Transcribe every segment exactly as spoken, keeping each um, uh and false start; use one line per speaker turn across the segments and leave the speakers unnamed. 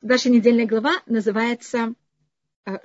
наша недельная глава называется э,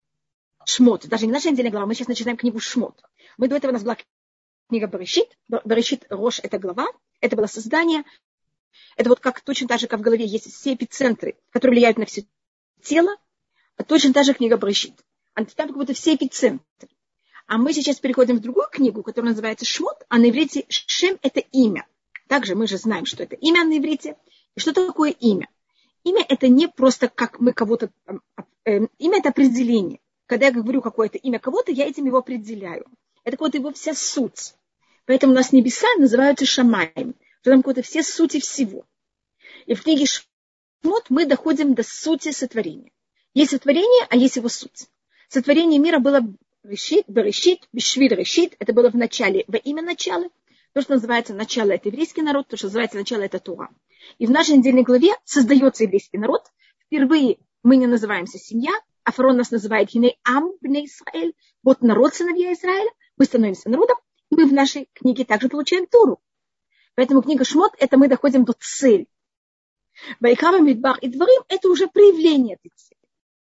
Шмот. Даже не наша недельная глава, мы сейчас начинаем книгу Шмот. Мы до этого у нас была книга Берешит. Берешит Рош – это глава, это было создание. Это вот как точно так же, как в голове есть все эпицентры, которые влияют на все тело, а точно так же книга Берешит. Там как будто все эпицентры. А мы сейчас переходим в другую книгу, которая называется Шмот, а на иврите Шем – это имя. Также мы же знаем, что это имя на иврите. И что такое имя? Имя – это не просто как мы кого-то… Э, имя – это определение. Когда я говорю какое-то имя кого-то, я этим его определяю. Это вот его вся суть. Поэтому у нас небеса называются Шамаем. Там какие-то все сути всего. И в книге Шмот мы доходим до сути сотворения. Есть сотворение, а есть его суть. Сотворение мира было решит, берешит, бешвиль решит. Это было в начале, во имя начала. То, что называется начало, это еврейский народ. То, что называется начало, это Тора. И в нашей недельной главе создается еврейский народ. Впервые мы не называемся семья. А фараон нас называет Хиней Ам бней Исраэль. Вот народ сыновья Израиля. Мы становимся народом. И мы в нашей книге также получаем Тору. Поэтому книга Шмот, это мы доходим до цели. Вайкава, Мидбар и Дворим, это уже проявление этой цели.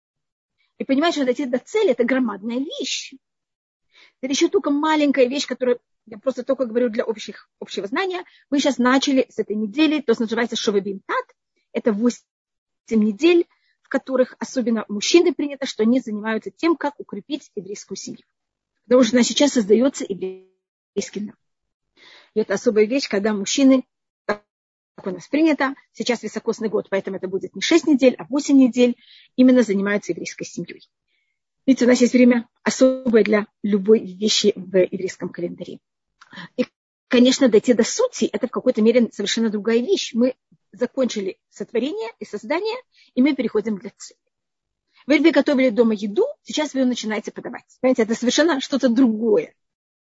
И понимаешь, что дойти до цели, это громадная вещь. Это еще только маленькая вещь, которую я просто только говорю для общих, общего знания. Мы сейчас начали с этой недели, то, что называется Шовебим Тат. Это восемь недель, в которых особенно мужчины принято, что они занимаются тем, как укрепить еврейскую семью. Потому что сейчас создается еврейский народ. И это особая вещь, когда мужчины, как у нас принято, сейчас високосный год, поэтому это будет не шесть недель, а восемь недель, именно занимаются еврейской семьей. Видите, у нас есть время особое для любой вещи в еврейском календаре. И, конечно, дойти до сути, это в какой-то мере совершенно другая вещь. Мы закончили сотворение и создание, и мы переходим к цели. Вы готовили дома еду, сейчас вы ее начинаете подавать. Понимаете, это совершенно что-то другое.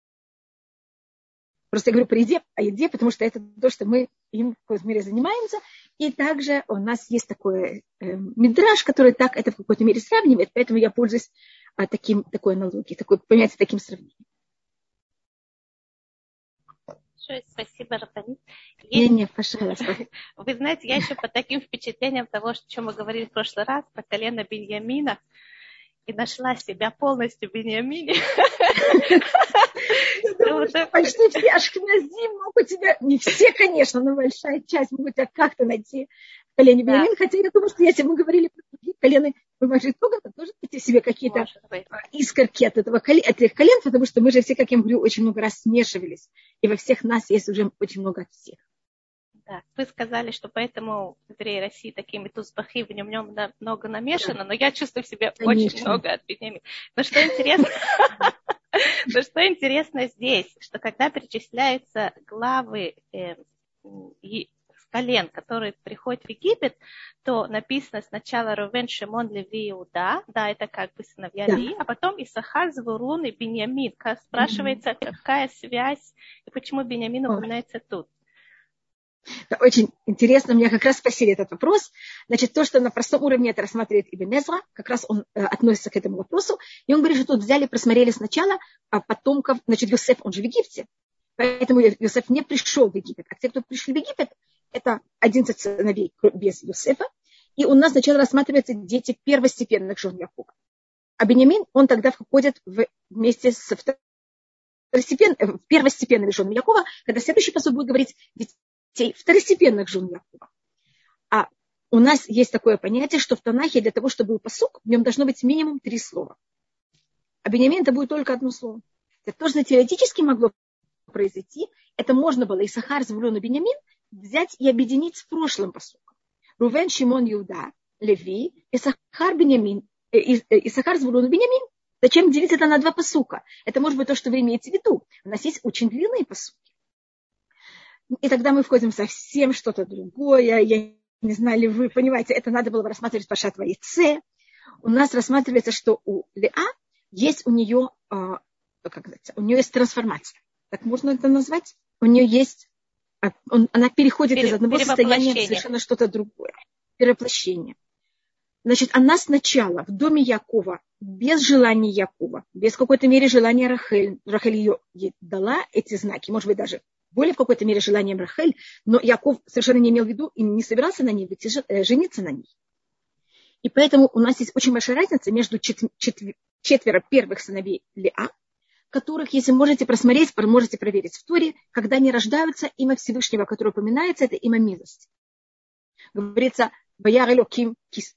Просто я говорю про еде, о еде, потому что это то, что мы им в какой-то мере занимаемся. И также у нас есть такой э, мидраш, который так это в какой-то мере сравнивает, поэтому я пользуюсь а, таким, такой аналогией, такой, понимаете, таким сравнением.
Большое спасибо, Рабанит.
Не, не, пожалуйста.
Вы знаете, я еще под таким впечатлением того, о чем мы говорили в прошлый раз, про колено Биньямина, и нашла себя полностью в Биньямине.
Почти все ашкеназим могут тебя, не все, конечно, но большая часть могут тебя как-то найти в колене Биньямина, хотя я думаю, что если мы говорили про другие колены, вы можете тоже найти себе какие-то искорки от этого, этих колен, потому что мы же все, как я говорю, очень много раз смешивались, и во всех нас есть уже очень много от всех.
Да, вы сказали, что поэтому евреи России такими тузбахи, в нем, в нем много намешано, да. Но я чувствую в себе Конечно. Очень много от Биньямина. Но что интересно, но что интересно здесь, что когда перечисляются главы колен, которые приходят в Египет, то написано сначала Рувен, Шимон, Леви, Иуда, да, это как бы сыновья Леви, а потом Исахар, Звулун и Биньямин. Спрашивается, какая связь и почему Биньямин упоминается тут.
Это очень интересно, меня как раз спросили этот вопрос. Значит, то, что на простом уровне это рассматривает Ибн Эзра, как раз он э, относится к этому вопросу. И он говорит, что тут взяли, просмотрели сначала а потомков, значит, Йосеф, он же в Египте. Поэтому Йосеф не пришел в Египет. А те, кто пришли в Египет, это одиннадцать сыновей без Йосефа. И у нас сначала рассматриваются дети первостепенных жен Якова. А Биньямин, он тогда входит в, вместе с второстепен, первостепенными женами Якова, когда следующий посуд будет говорить второстепенных жен Якова. А у нас есть такое понятие, что в Танахе для того, чтобы был пасук, в нем должно быть минимум три слова. А Биньямин это будет только одно слово. Это тоже теоретически могло произойти. Это можно было Исахар, Звулун и Биньямин взять и объединить с прошлым пасуком. Рувен, Шимон, Иуда, Леви, Исахар, Биньямин, Исахар, Звулун и Биньямин. Зачем делить это на два пасука? Это может быть то, что вы имеете в виду. У нас есть очень длинные пасуки. И тогда мы входим в совсем что-то другое. Я не знаю, ли вы понимаете, это надо было бы рассматривать Пашат Ваице. У нас рассматривается, что у Леа есть у нее, как сказать, у нее есть трансформация. Так можно это назвать? У нее есть, он, она переходит Пере, из одного состояния в совершенно что-то другое. Перевоплощение. Значит, она сначала в доме Якова, без желания Якова, без какой-то мере желания Рахель, Рахель ее ей дала эти знаки, может быть, даже более в какой-то мере желанием Рахель, но Яков совершенно не имел в виду и не собирался на ней выйти, жениться на ней. И поэтому у нас есть очень большая разница между четв- четв- четверо первых сыновей Леа, которых, если можете просмотреть, можете проверить в Торе, когда они рождаются, имя Всевышнего, которое упоминается, это имя милости. Говорится, «Ваяр Элоким кис».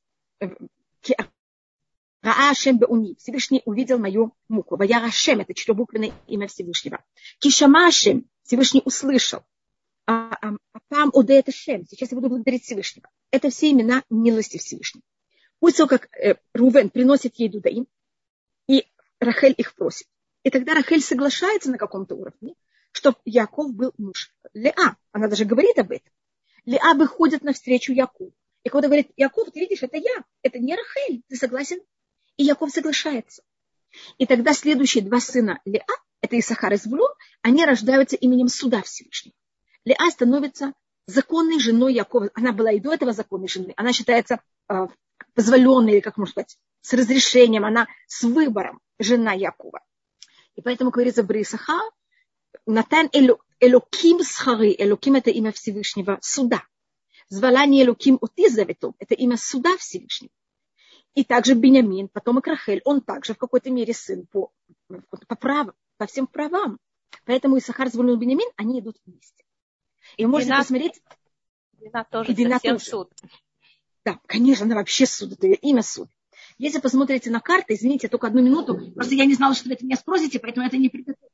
Раашем беуни. Всевышний увидел мою муку. Ваяр Ашем, это четырехбуквенное имя Всевышнего. Кишамашем, Всевышний услышал. Апам одеет Ашем, сейчас я буду благодарить Всевышнего. Это все имена милости Всевышнего. После того, как э, Рувен приносит ей дудаим, и Рахель их просит. И тогда Рахель соглашается на каком-то уровне, чтобы Яков был муж Леа. Она даже говорит об этом. Леа выходит навстречу Якову. И когда говорит, Яков, ты видишь, это я, это не Рахель, ты согласен? И Яков соглашается. И тогда следующие два сына Леа, это Исахар и Звулун, они рождаются именем суда Всевышнего. Леа становится законной женой Якова. Она была и до этого законной женой. Она считается э, позволенной, или как можно сказать, с разрешением, она с выбором жена Якова. И поэтому говорится в Бри Исахар, Натан Элоким Схары, Элоким это имя Всевышнего суда. Звалание Элоким Оти Заветом, это имя суда Всевышнего. И также Биньямин, потомок Рахель, он также в какой-то мере сын по, по правам, по всем правам. Поэтому Исахар, Звулун и Биньямин, они идут вместе. И вы можете
Дина,
посмотреть.
Дина тоже
Дина
совсем
тоже.
суд.
Да, конечно, она вообще суд, это ее имя суд. Если посмотрите на карты, извините, только одну минуту, просто я не знала, что вы это меня спросите, поэтому это не приготовила.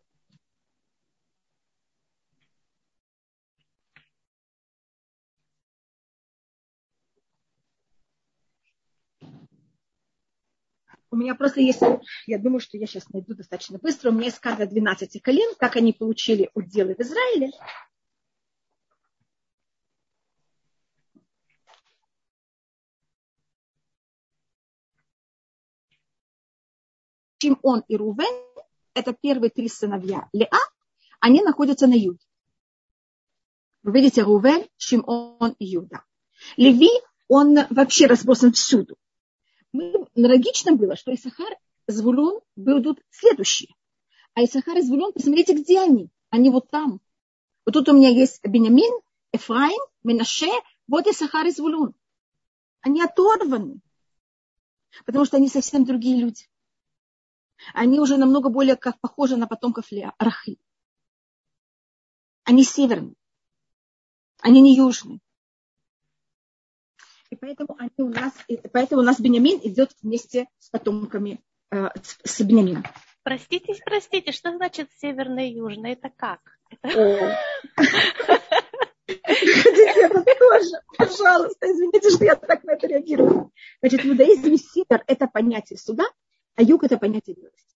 У меня просто есть, я думаю, что я сейчас найду достаточно быстро. У меня есть карта двенадцати колен, как они получили уделы в Израиле. Шимон и Рувен, это первые три сыновья Леа, они находятся на юге. Вы видите, Рувен, Шимон и Юда. Леви, он вообще разбросан всюду. Мы, логично было, что Исахар, Звулун будут следующие. А Исахар и Звулун, посмотрите, где они. Они вот там. Вот тут у меня есть Биньямин, Эфраим, Менаше, вот Исахар и Звулун. Они оторваны, потому что они совсем другие люди. Они уже намного более как похожи на потомков Рахиль. Они северные. Они не южные. И поэтому, они у нас, поэтому у нас Биньямин идет вместе с потомками, э, с, с Биньямином.
Простите, простите, что значит северное и южное? Это как?
Хотите это тоже? Пожалуйста, извините, что я так на это реагирую. Значит, в иудаизме север – это понятие суда, а юг – это понятие милости.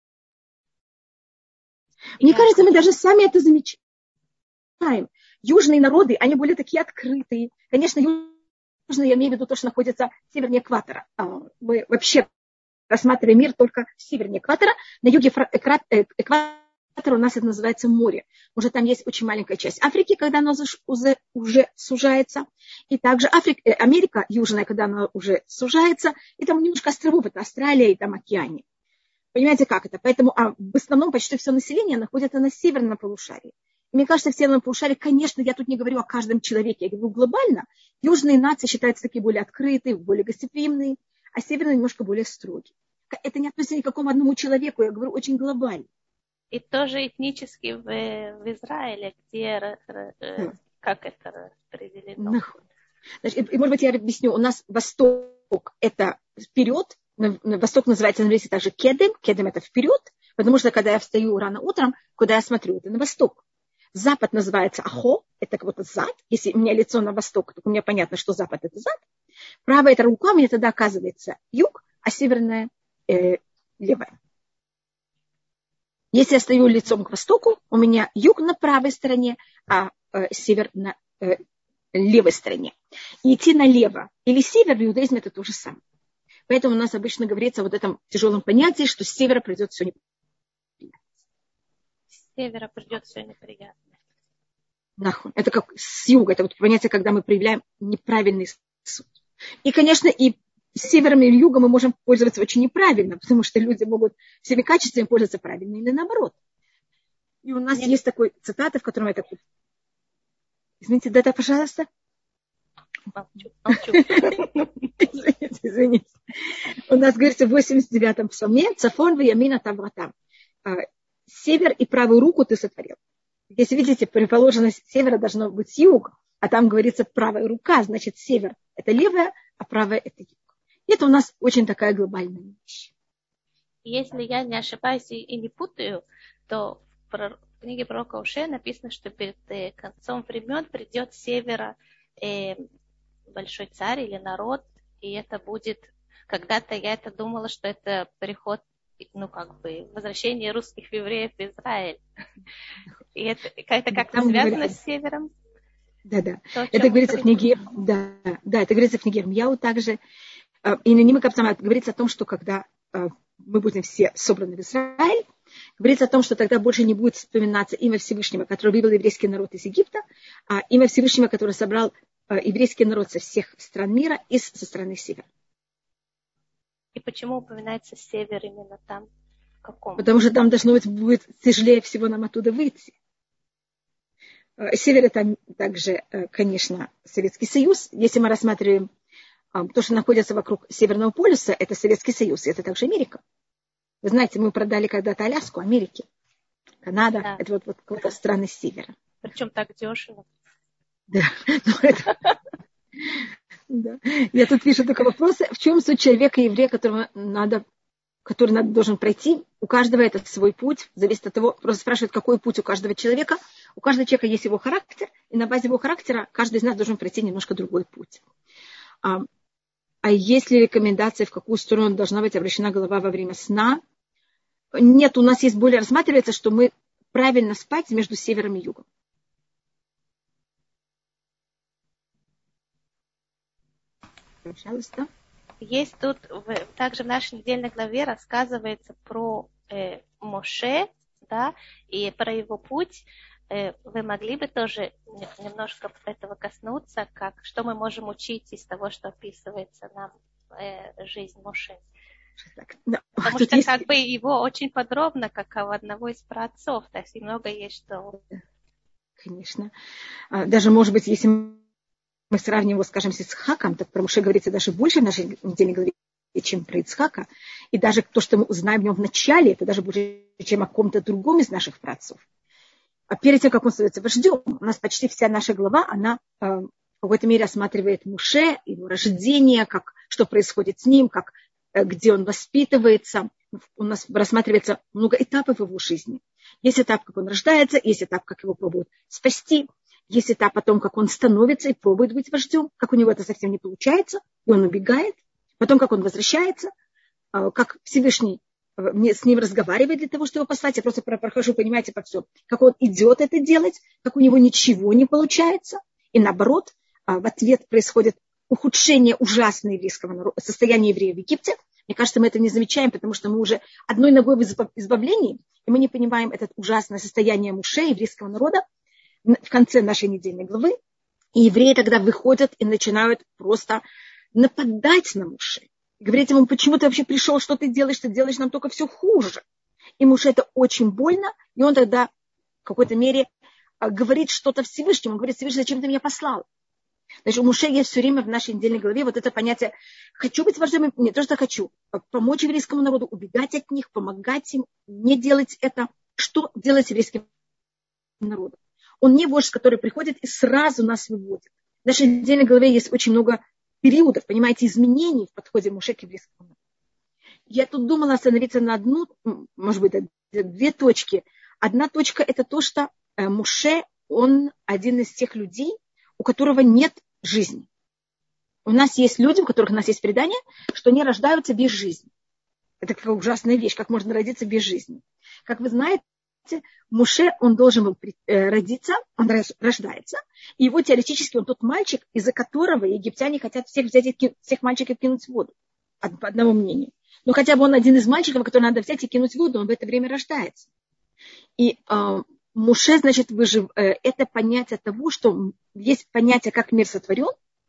Мне я кажется, мы даже сами это замечаем. Южные народы, они были такие открытые. Конечно, южные, я имею в виду то, что находится севернее экватора. Мы вообще рассматриваем мир только севернее экватора. На юге экватора у нас это называется море. Уже там есть очень маленькая часть Африки, когда она уже, уже сужается. И также Африка, Америка южная, когда она уже сужается. И там немножко островов, это Австралия и там океане. Понимаете, как это? Поэтому а в основном почти все население находится на северном полушарии. И мне кажется, в северном полушарии, конечно, я тут не говорю о каждом человеке, я говорю глобально. Южные нации считаются такие более открытые, более гостеприимные, а северные немножко более строгие. Это не относится ни к какому одному человеку, я говорю очень глобально.
И тоже этнически в, в Израиле, где, да. Как это распределено?
Значит, и, может быть, я объясню. У нас восток – это вперед, восток называется на иврите также кедем, кедем – это вперед, потому что, когда я встаю рано утром, куда я смотрю, это на восток. Запад называется ахо, это как будто зад. Если у меня лицо на восток, то у меня понятно, что запад – это зад. Правая – это рука, у меня тогда оказывается юг, а северная э, – левая. Если я стою лицом к востоку, у меня юг на правой стороне, а э, север на э, левой стороне. И идти налево или север в иудаизме – это то же самое. Поэтому у нас обычно говорится о вот этом тяжелом понятии, что с севера придет все неприятно.
С севера придет все неприятно.
Нахуй. Это как с юга. Это вот понятие, когда мы проявляем неправильный суд. И, конечно, и с севером и югом мы можем пользоваться очень неправильно, потому что люди могут всеми качествами пользоваться правильно или наоборот. И у нас Нет. есть такой цитата, в котором это... Извините, да-да, пожалуйста.
Молчу, молчу.
Извините, извините. У нас говорится в восемьдесят девятом псалме «Цафон веямина тавратам». Север и правую руку ты сотворил. Если видите, противоположность севера должно быть юг, а там говорится правая рука, значит север – это левая, а правая – это юг. И это у нас очень такая глобальная вещь.
Если я не ошибаюсь и не путаю, то в книге пророка Ошея написано, что перед концом времен придет с севера э, большой царь или народ, и это будет, когда-то я это думала, что это переход, ну как бы, возвращение русских евреев в Израиль. И это, это как-то
там
связано
говорится,
с севером?
Да, да. То, это говорится в книге, да, да, это говорится в книге Ирмияу также. И на ним говорится о том, что когда мы будем все собраны в Израиль, говорится о том, что тогда больше не будет вспоминаться имя Всевышнего, который вывел еврейский народ из Египта, а имя Всевышнего, который собрал еврейский народ со всех стран мира и со стороны севера.
И почему упоминается север именно там? В каком?
Потому что там должно быть будет тяжелее всего нам оттуда выйти. Север это также, конечно, Советский Союз. Если мы рассматриваем то, что находится вокруг Северного полюса, это Советский Союз, и это также Америка. Вы знаете, мы продали когда-то Аляску Америке. Канада, да. Это вот, вот страны севера.
Причем так дешево.
Да. Да. Я тут вижу только вопросы. В чем суть человека и еврея, которого надо, который надо, должен пройти? У каждого это свой путь. Зависит от того, просто спрашивают, какой путь у каждого человека. У каждого человека есть его характер, и на базе его характера каждый из нас должен пройти немножко другой путь. А, а есть ли рекомендация, в какую сторону должна быть обращена голова во время сна? Нет, у нас есть более рассматривается, что мы правильно спать между севером и югом. Пожалуйста.
Есть тут, в, также в нашей недельной главе рассказывается про э, Моше, да, и про его путь. Э, вы могли бы тоже немножко этого коснуться, как, что мы можем учить из того, что описывается нам э, жизнь Моше?
Так, да.
Потому
Тут
что
есть...
как бы его очень подробно, как у одного из праотцов, так и много есть что.
Конечно. Даже, может быть, если мы сравним его, скажем, с Ицхаком, так про Моше говорится даже больше в нашей недельной главе, чем про Ицхака. И даже то, что мы узнаем в нем в начале, это даже больше, чем о ком-то другом из наших праотцов. А перед тем, как он становится вождем, у нас почти вся наша глава, она э, в какой-то мере осматривает Моше, его рождение, как, что происходит с ним, как, э, где он воспитывается. У нас рассматривается много этапов в его жизни. Есть этап, как он рождается, есть этап, как его пробуют спасти. Есть этап о том, как он становится и пробует быть вождем, как у него это совсем не получается, и он убегает. Потом, как он возвращается, как Всевышний с ним разговаривает для того, чтобы его послать. Я просто прохожу, понимаете, по всему. Как он идет это делать, как у него ничего не получается. И наоборот, в ответ происходит ухудшение ужасного еврейского народа, состояния евреев в Египте. Мне кажется, мы это не замечаем, потому что мы уже одной ногой в избавлении, и мы не понимаем это ужасное состояние Моше, еврейского народа, в конце нашей недельной главы, и евреи тогда выходят и начинают просто нападать на Моше. Говорить ему, почему ты вообще пришел, что ты делаешь, ты делаешь нам только все хуже. И Моше это очень больно, и он тогда в какой-то мере говорит что-то Всевышнему. Он говорит, Всевышний, зачем ты меня послал? Значит, у Моше есть все время в нашей недельной главе вот это понятие, хочу быть вождем, не то, что хочу, помочь еврейскому народу, убегать от них, помогать им, не делать это. Что делать еврейским народом? Он не вождь, который приходит и сразу нас выводит. В нашей недельной главе есть очень много периодов, понимаете, изменений в подходе Моше к еврейскому народу. Я тут думала остановиться на одну, может быть, две точки. Одна точка – это то, что Моше, он один из тех людей, у которого нет жизни. У нас есть люди, у которых у нас есть предание, что они рождаются без жизни. Это такая ужасная вещь, как можно родиться без жизни. Как вы знаете, Моше, он должен был родиться, он рождается, и его теоретически он тот мальчик, из-за которого египтяне хотят всех взять и всех мальчиков кинуть в воду, по одному мнению. Но хотя бы он один из мальчиков, который надо взять и кинуть в воду, он в это время рождается. И э, Моше, значит, выжив, э, это понятие того, что есть понятие, как мир сотворен,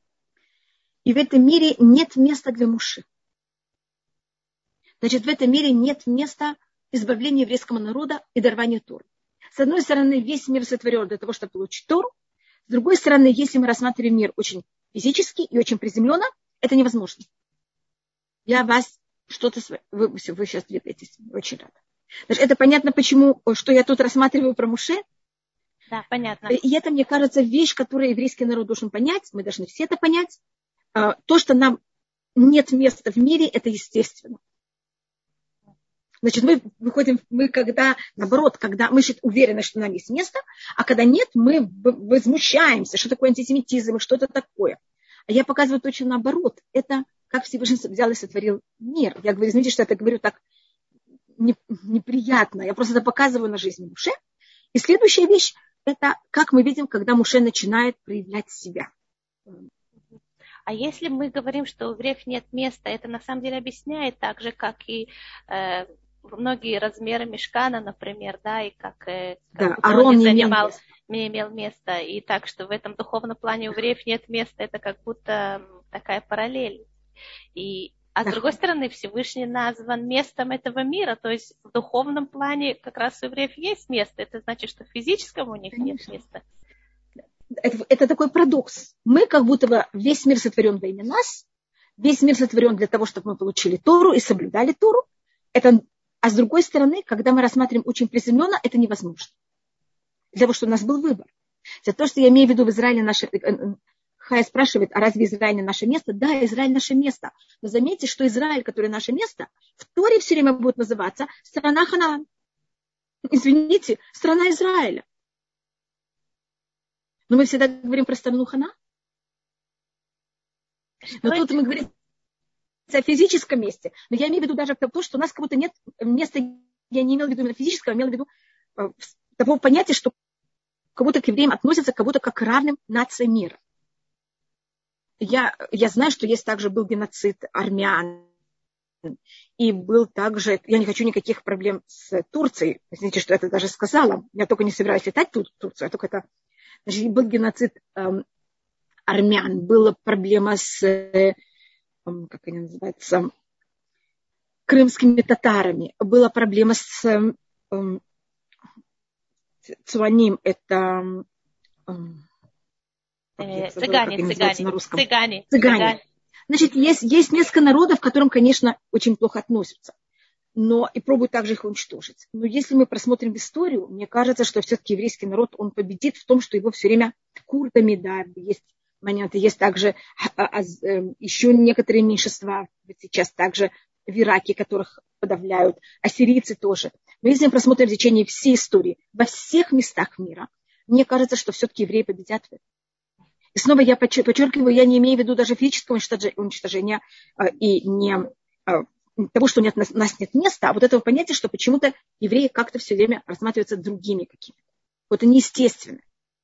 и в этом мире нет места для Моше. Значит, в этом мире нет места избавления еврейского народа и дарования Торы. С одной стороны, весь мир сотворен для того, чтобы получить Тору. С другой стороны, если мы рассматриваем мир очень физически и очень приземленно, это невозможно. Я вас что-то... Вы, вы сейчас двигаетесь. Очень рада. Значит, это понятно, почему, что я тут рассматриваю про Моше.
Да, понятно.
И это, мне кажется, вещь, которую еврейский народ должен понять. Мы должны все это понять. То, что нам нет места в мире, это естественно. Значит, мы выходим, мы когда, наоборот, когда мы уверены, что нам есть место, а когда нет, мы возмущаемся, что такое антисемитизм и что-то такое. А я показываю точно наоборот. Это как Всевышний взял и сотворил мир. Я говорю, извините, что я это говорю так неприятно. Я просто это показываю на жизни Моше. И следующая вещь, это как мы видим, когда Моше начинает проявлять себя.
А если мы говорим, что у евреев нет места, это на самом деле объясняет так же, как и э, многие размеры мишкана, например, да, и как, э, как
да,
он не
не
занимал,
имел
не имел места. И так, что в этом духовном плане у евреев нет места, это как будто такая параллель. И, а да. С другой стороны, Всевышний назван местом этого мира, то есть в духовном плане как раз у евреев есть место. Это значит, что в физическом у них Конечно. Нет места.
Это, это такой парадокс. Мы как будто бы весь мир сотворен во имя нас, весь мир сотворен для того, чтобы мы получили Тору и соблюдали Тору. Это, а с другой стороны, когда мы рассматриваем очень приземленно, это невозможно. Для того, чтобы у нас был выбор. За то, что я имею в виду в Израиле наше... Хая спрашивает, а разве Израиль наше место? Да, Израиль наше место. Но заметьте, что Израиль, который наше место, в Торе все время будет называться страна Ханаан. Извините, страна Израиля. Но мы всегда говорим про страну Ханаан. Но тут мы говорим о физическом месте. Но я имею в виду даже то, что у нас как будто нет места, я не имела в виду именно физического, я имела в виду того понятия, что как будто к евреям относятся как будто как к равным нациям мира. Я, я знаю, что есть также был геноцид армян. И был также, я не хочу никаких проблем с Турцией. Извините, что я это даже сказала. Я только не собираюсь летать в Турцию, а только это... Значит, был геноцид эм, армян, была проблема с, эм, как они называются, крымскими татарами, была проблема с эм, цуаним, это... Эм,
Э, цыгане, цыгане,
на
цыгане,
цыгане. Цыгане. Значит, есть, есть несколько народов, к которым, конечно, очень плохо относятся, но и пробуют также их уничтожить. Но если мы просмотрим историю, мне кажется, что все-таки еврейский народ, он победит в том, что его все время курдами, да, есть моменты, есть также еще некоторые меньшинства сейчас также в Ираке, которых подавляют, ассирийцы тоже. Но если мы просмотрим в течение всей истории, во всех местах мира, мне кажется, что все-таки евреи победят в этом. И снова я подчеркиваю, я не имею в виду даже физического уничтожения и не того, что нет, у нас нет места, а вот этого понятия, что почему-то евреи как-то все время рассматриваются другими какими-то. Вот это неестественно.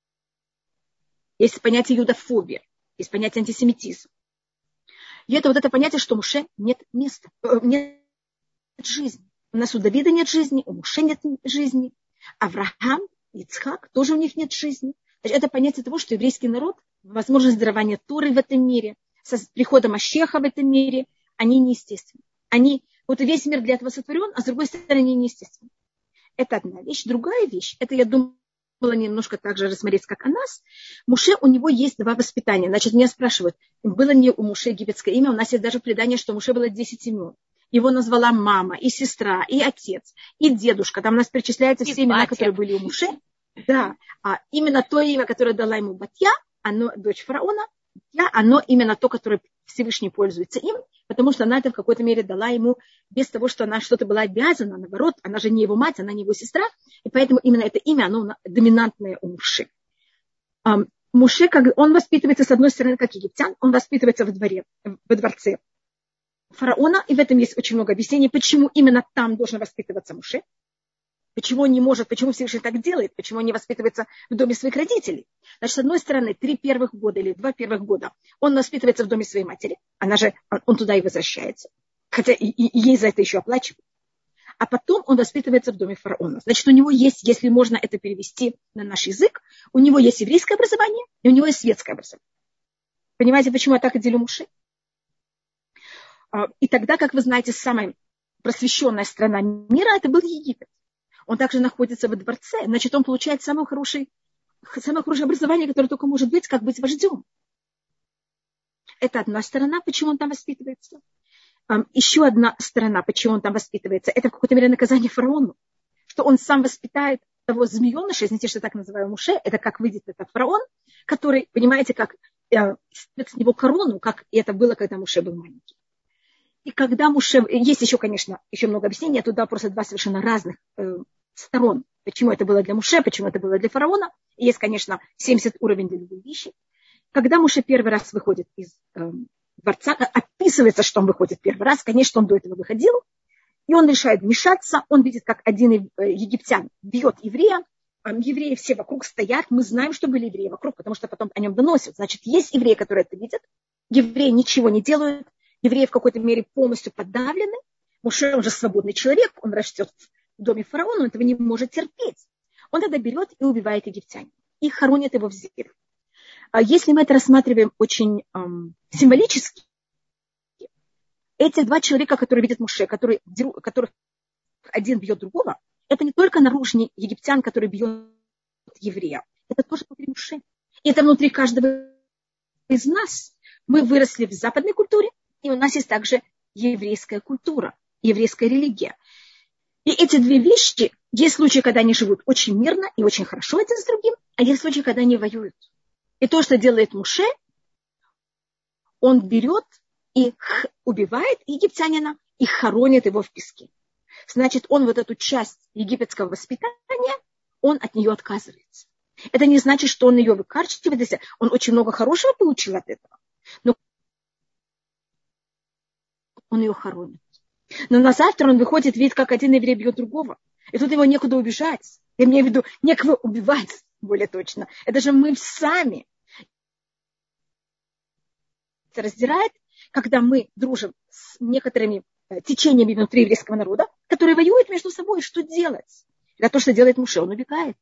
Есть понятие юдофобия, есть понятие антисемитизм. И это вот это понятие, что у Моше нет места, нет жизни. У нас у Давида нет жизни, у Моше нет жизни. Авраам, Ицхак, тоже у них нет жизни. Это понятие того, что еврейский народ, возможность дарования Торы в этом мире, со приходом Машеха в этом мире, они неестественны. Они, вот весь мир для этого сотворен, а с другой стороны, они неестественны. Это одна вещь. Другая вещь, это я думала немножко так же рассмотреть, как о нас. Моше, у него есть два воспитания. Значит, меня спрашивают, было ли у Моше египетское имя? У нас есть даже предание, что у Моше было десять имен. Его назвала мама, и сестра, и отец, и дедушка. Там у нас перечисляются все имена, которые были у Моше. Да, а именно то имя, которое дала ему Батья, оно, дочь фараона, Батья, оно именно то, которое Всевышний пользуется им, потому что она это в какой-то мере дала ему без того, что она что-то была обязана, наоборот, она же не его мать, она не его сестра, и поэтому именно это имя, оно доминантное у Моше. Моше, как, он воспитывается, с одной стороны, как египтян, он воспитывается во дворе, во дворце фараона, и в этом есть очень много объяснений, почему именно там должен воспитываться Моше. Почему он не может, почему Всевышний так делает, почему он не воспитывается в доме своих родителей. Значит, с одной стороны, три первых года или два первых года он воспитывается в доме своей матери, она же, он туда и возвращается, хотя и, и, и ей за это еще оплачивают. А потом он воспитывается в доме фараона. Значит, у него есть, если можно это перевести на наш язык, у него есть еврейское образование и у него есть светское образование. Понимаете, почему я так и делю Моше? И тогда, как вы знаете, самая просвещенная страна мира, это был Египет. Он также находится во дворце, значит, он получает самое хорошее, самое хорошее образование, которое только может быть, как быть вождем. Это одна сторона, почему он там воспитывается. Еще одна сторона, почему он там воспитывается, это в какой-то мере наказание фараону, что он сам воспитает того змееныша, извините, что так называю Муше, это как выйдет этот фараон, который, понимаете, как э, с него корону, как это было, когда Муше был маленький. И когда Муше, есть еще, конечно, еще много объяснений, туда просто два совершенно разных э, сторон, почему это было для Муше, почему это было для фараона. И есть, конечно, семьдесят уровней для любой вещи. Когда Муше первый раз выходит из э, дворца, описывается, что он выходит первый раз, конечно, он до этого выходил, и он решает вмешаться, он видит, как один египтян бьет еврея, евреи все вокруг стоят, мы знаем, что были евреи вокруг, потому что потом о нем доносят. Значит, есть евреи, которые это видят, евреи ничего не делают, евреи в какой-то мере полностью подавлены, Муше, он же свободный человек, он растет в доме фараона, он этого не может терпеть. Он тогда берет и убивает египтян, и хоронит его в землю. Если мы это рассматриваем очень эм, символически, эти два человека, которые видят Муше, которые, которых один бьет другого, это не только наружный египтян, который бьет еврея, это тоже внутри Муше. И это внутри каждого из нас. Мы выросли в западной культуре, и у нас есть также еврейская культура, еврейская религия. И эти две вещи, есть случаи, когда они живут очень мирно и очень хорошо один с другим, а есть случаи, когда они воюют. И то, что делает Муше, он берет и убивает египтянина и хоронит его в песке. Значит, он вот эту часть египетского воспитания, он от нее отказывается. Это не значит, что он ее выкарчивает. Он очень много хорошего получил от этого. Но он ее хоронит. Но на завтра он выходит, видит, как один еврей бьет другого. И тут его некуда убежать. Я имею в виду, некого убивать, более точно. Это же мы сами. Это раздирает, когда мы дружим с некоторыми течениями внутри еврейского народа, которые воюют между собой. Что делать? Это то, что делает Муше. Он убегает.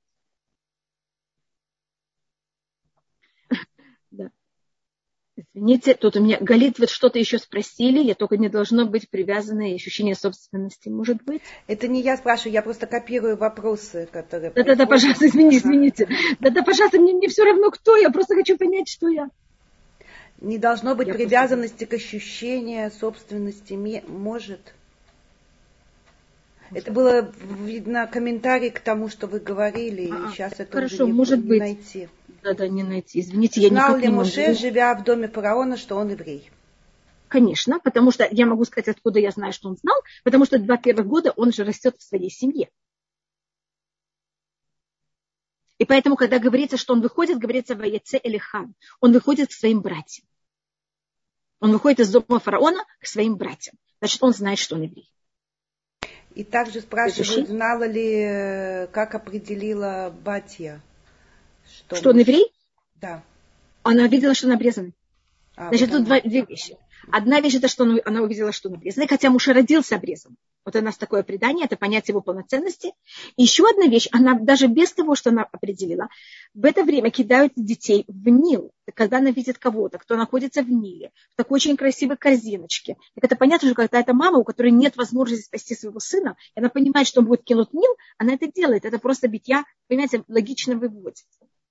Да. Извините, тут у меня Галит, вот что-то еще спросили, я только не должно быть привязанное ощущение собственности, может быть?
Это не я спрашиваю, я просто копирую вопросы, которые...
Да-да-да, пожалуйста, извините, извините. Да-да, пожалуйста, мне, мне все равно, кто я, просто хочу понять, что я.
Не должно быть
я
привязанности просто... к ощущению собственности, может... Это было видно комментарий к тому, что вы говорили, а, и сейчас это
хорошо,
уже не,
может
не
быть.
найти.
Да-да, не найти. Извините, я
Знал
не
ли Моше,
могу.
живя в доме фараона, что он еврей?
Конечно, потому что я могу сказать, откуда я знаю, что он знал, потому что два первых года он же растет в своей семье. И поэтому, когда говорится, что он выходит, говорится «Ваеце элихан». Он выходит к своим братьям. Он выходит из дома фараона к своим братьям. Значит, он знает, что он еврей.
И также спрашивают, знала ли, как определила Батья, что,
что он еврей?
Да.
Она видела, что он обрезанный.
А,
Значит,
вот
тут два, две вещи. Одна вещь, это что он, она увидела, что он обрезанный, хотя Муше родился обрезанным. Вот у нас такое предание, это понятие его полноценности. И еще одна вещь, она даже без того, что она определила, в это время кидают детей в Нил. Когда она видит кого-то, кто находится в Ниле, в такой очень красивой корзиночке. Так это понятно, что когда это мама, у которой нет возможности спасти своего сына, и она понимает, что он будет кинут в Нил, она это делает. Это просто битья, понимаете, логично выводится.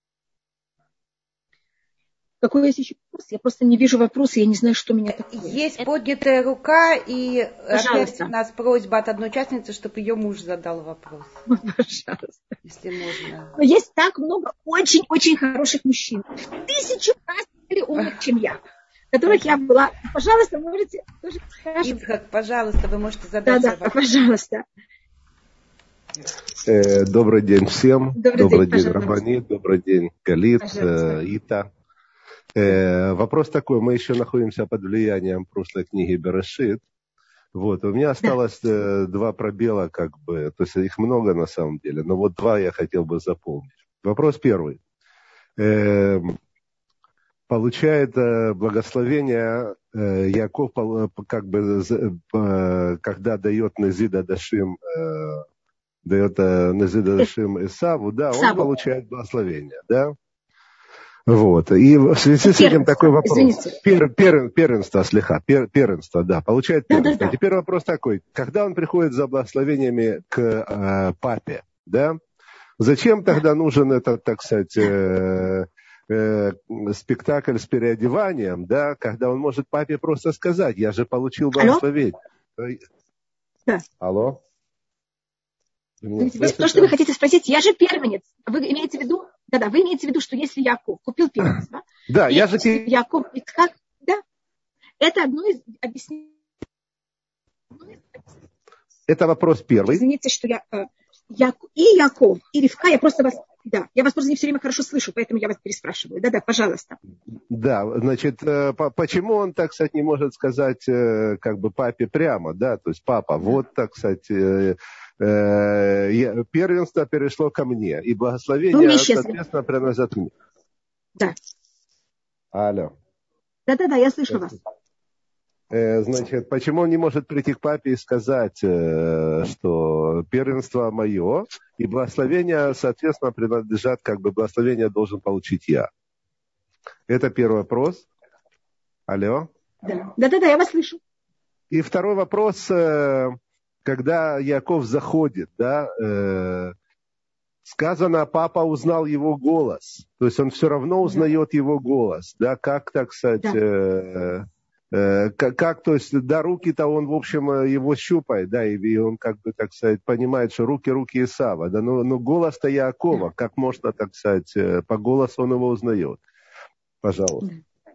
Какой есть еще вопрос? Я просто не вижу вопроса, я не знаю, что меня такое.
Есть поднятая рука, и
пожалуйста.
Опять у нас просьба от одной участницы, чтобы ее муж задал вопрос.
Пожалуйста.
Если можно.
Но есть так много очень-очень хороших мужчин. Тысячу раз более умных, чем я. Которых я была. Пожалуйста, можете тоже скажем.
Ицхак, пожалуйста, вы можете задать
да,
вопрос.
Да, пожалуйста.
Добрый день всем.
Добрый,
добрый
день,
день, Рабанит. Добрый день, Галит, Ита. Э, вопрос такой, мы еще находимся под влиянием прошлой книги Берешит. Вот, у меня осталось да. э, два пробела, как бы, то есть их много на самом деле, но вот два я хотел бы заполнить. Вопрос первый. Э, получает э, благословение э, Яков, как бы, э, когда дает Незида Дашим, э, дает э, Незида Дашим Исаву, да, он получает благословение, да? Вот. И в связи с этим такой вопрос. Пер, пер, первенство, слегка, пер, первенство, да, получает первенство. Да, да, да. Теперь вопрос такой. Когда он приходит за благословениями к э, папе, да, зачем тогда нужен этот, так сказать, э, э, спектакль с переодеванием, да, когда он может папе просто сказать, я же получил благословение. Алло?
Да.
Алло?
То, что вы хотите спросить, я же первенец. Вы имеете в виду, да-да, вы имеете в виду, что если Яков купил первенство,
да,
и
я же
Яков Ицхак, да, это одно из объяснений.
Это вопрос первый.
Извините, что я, я и Яков, и Ривка, я просто вас, да, я вас просто не все время хорошо слышу, поэтому я вас переспрашиваю. Да-да, пожалуйста.
Да, значит, почему он, так сказать, не может сказать как бы папе прямо, да, то есть папа, вот, так сказать, первенство перешло ко мне, и благословение, соответственно, принадлежит мне.
Да.
Алло.
Да-да-да, я слышу вас.
Значит, почему он не может прийти к папе и сказать, что первенство мое, и благословение, соответственно, принадлежат, как бы благословение должен получить я? Это первый вопрос. Алло?
Да-да-да, я вас слышу.
И второй вопрос, когда Яков заходит, да, сказано, папа узнал его голос. То есть он все равно узнает да. его голос, да, как, так сказать... Да. Как, как, то есть, да, руки-то он, в общем, его щупает, да, и он, как бы, так сказать, понимает, что руки, руки Исава, да, но, но голос-то Яакова, как можно, так сказать, по голосу он его узнает. Пожалуйста.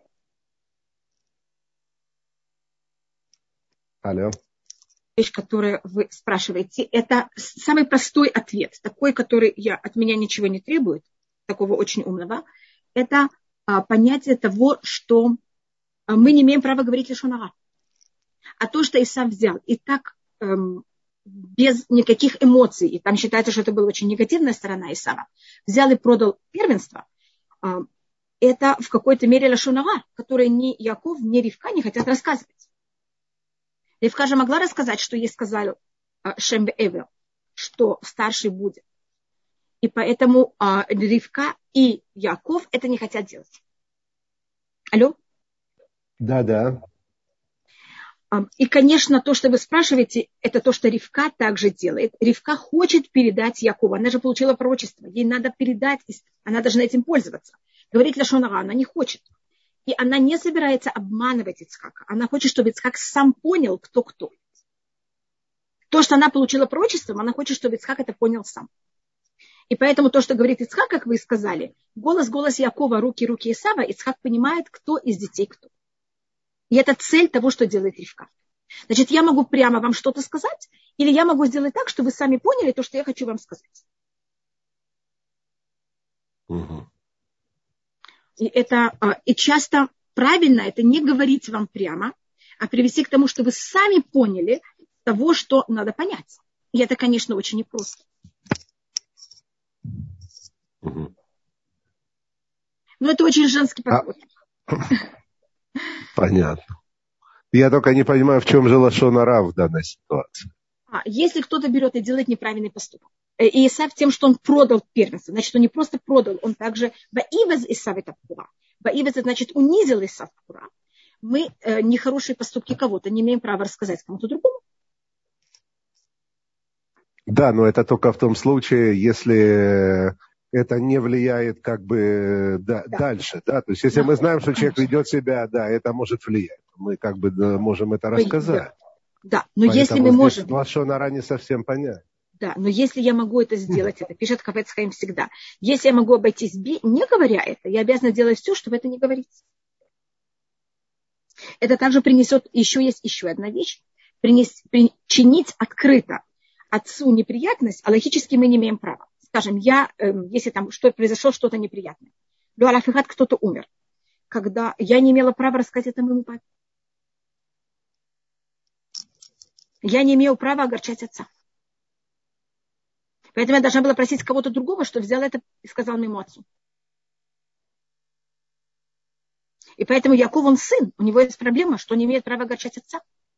Алло.
Вещь, которую вы спрашиваете, это самый простой ответ, такой, который я, от меня ничего не требует, такого очень умного, это а, понятие того, что мы не имеем права говорить лашон ара. А то, что Исав взял, и так эм, без никаких эмоций, и там считается, что это была очень негативная сторона Исава, взял и продал первенство, э, это в какой-то мере лашон ара, который ни Яков, ни Ривка не хотят рассказывать. Ривка же могла рассказать, что ей сказали э, Шем бе-Эвер, что старший будет. И поэтому э, Ривка и Яков это не хотят делать. Алло?
Да, да.
И, конечно, то, что вы спрашиваете, это то, что Ривка также делает. Ривка хочет передать Якову. Она же получила пророчество. Ей надо передать, она должна этим пользоваться. Говорить лашон ара она не хочет. И она не собирается обманывать Ицхака. Она хочет, чтобы Ицхак сам понял, кто кто. То, что она получила пророчеством, она хочет, чтобы Ицхак это понял сам. И поэтому то, что говорит Ицхак, как вы сказали, голос, голос Якова, руки, руки Исава, Ицхак понимает, кто из детей кто. И это цель того, что делает Ривка. Значит, я могу прямо вам что-то сказать, или я могу сделать так, чтобы вы сами поняли то, что я хочу вам сказать.
Угу.
И это и часто правильно это не говорить вам прямо, а привести к тому, что вы сами поняли того, что надо понять. И это, конечно, очень непросто.
Угу.
Но это очень женский подход.
А... Понятно. Я только не понимаю, в чем же лашон ара в данной ситуации.
А, если кто-то берет и делает неправильный поступок, и Исав тем, что он продал первенство, значит, он не просто продал, он также ваивез Исав это пура. Ваивез, значит, унизил Исав пура. Мы э, нехорошие поступки кого-то не имеем права рассказать кому-то другому.
Да, но это только в том случае, если это не влияет как бы да, да. дальше, да, то есть если да. мы знаем, что человек ведет себя, да, это может влиять, мы как бы да, можем это рассказать.
Да, но поэтому если мы можем...
лашон ара не совсем понять.
Да, но если я могу это сделать, это пишет Хафец Хаим всегда, если я могу обойтись, не говоря это, я обязана делать все, чтобы это не говорить. Это также принесет, еще есть еще одна вещь, принес, причинить открыто отцу неприятность, а логически мы не имеем права. Скажем, я, э, если там что произошло что-то неприятное, Луарафихат кто-то умер, когда я не имела права рассказать это моему папе. Я не имела права огорчать отца. Поэтому я должна была просить кого-то другого, что взял это и сказал моему отцу. И поэтому Яков, он сын, у него есть проблема, что он не имеет права огорчать отца.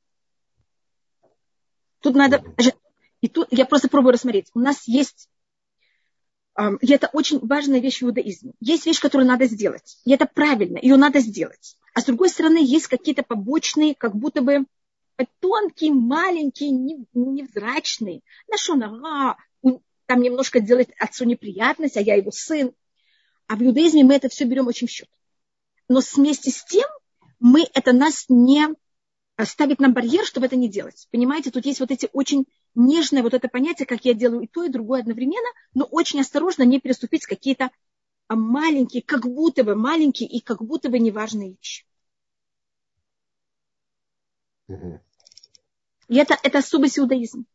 Тут надо... И тут я просто пробую рассмотреть. У нас есть... И это очень важная вещь в иудаизме. Есть вещь, которую надо сделать. И это правильно, ее надо сделать. А с другой стороны, есть какие-то побочные, как будто бы тонкие, маленькие, невзрачные. Лашон ара, там немножко делать отцу неприятность, а я его сын. А в иудаизме мы это все берем очень в счет. Но вместе с тем мы, это нас не ставит нам барьер, чтобы это не делать. Понимаете, тут есть вот эти очень нежное вот это понятие, как я делаю и то, и другое одновременно, но очень осторожно не переступить какие-то маленькие, как будто бы маленькие и как будто бы неважные вещи. Угу. И это, это особый иудаизм.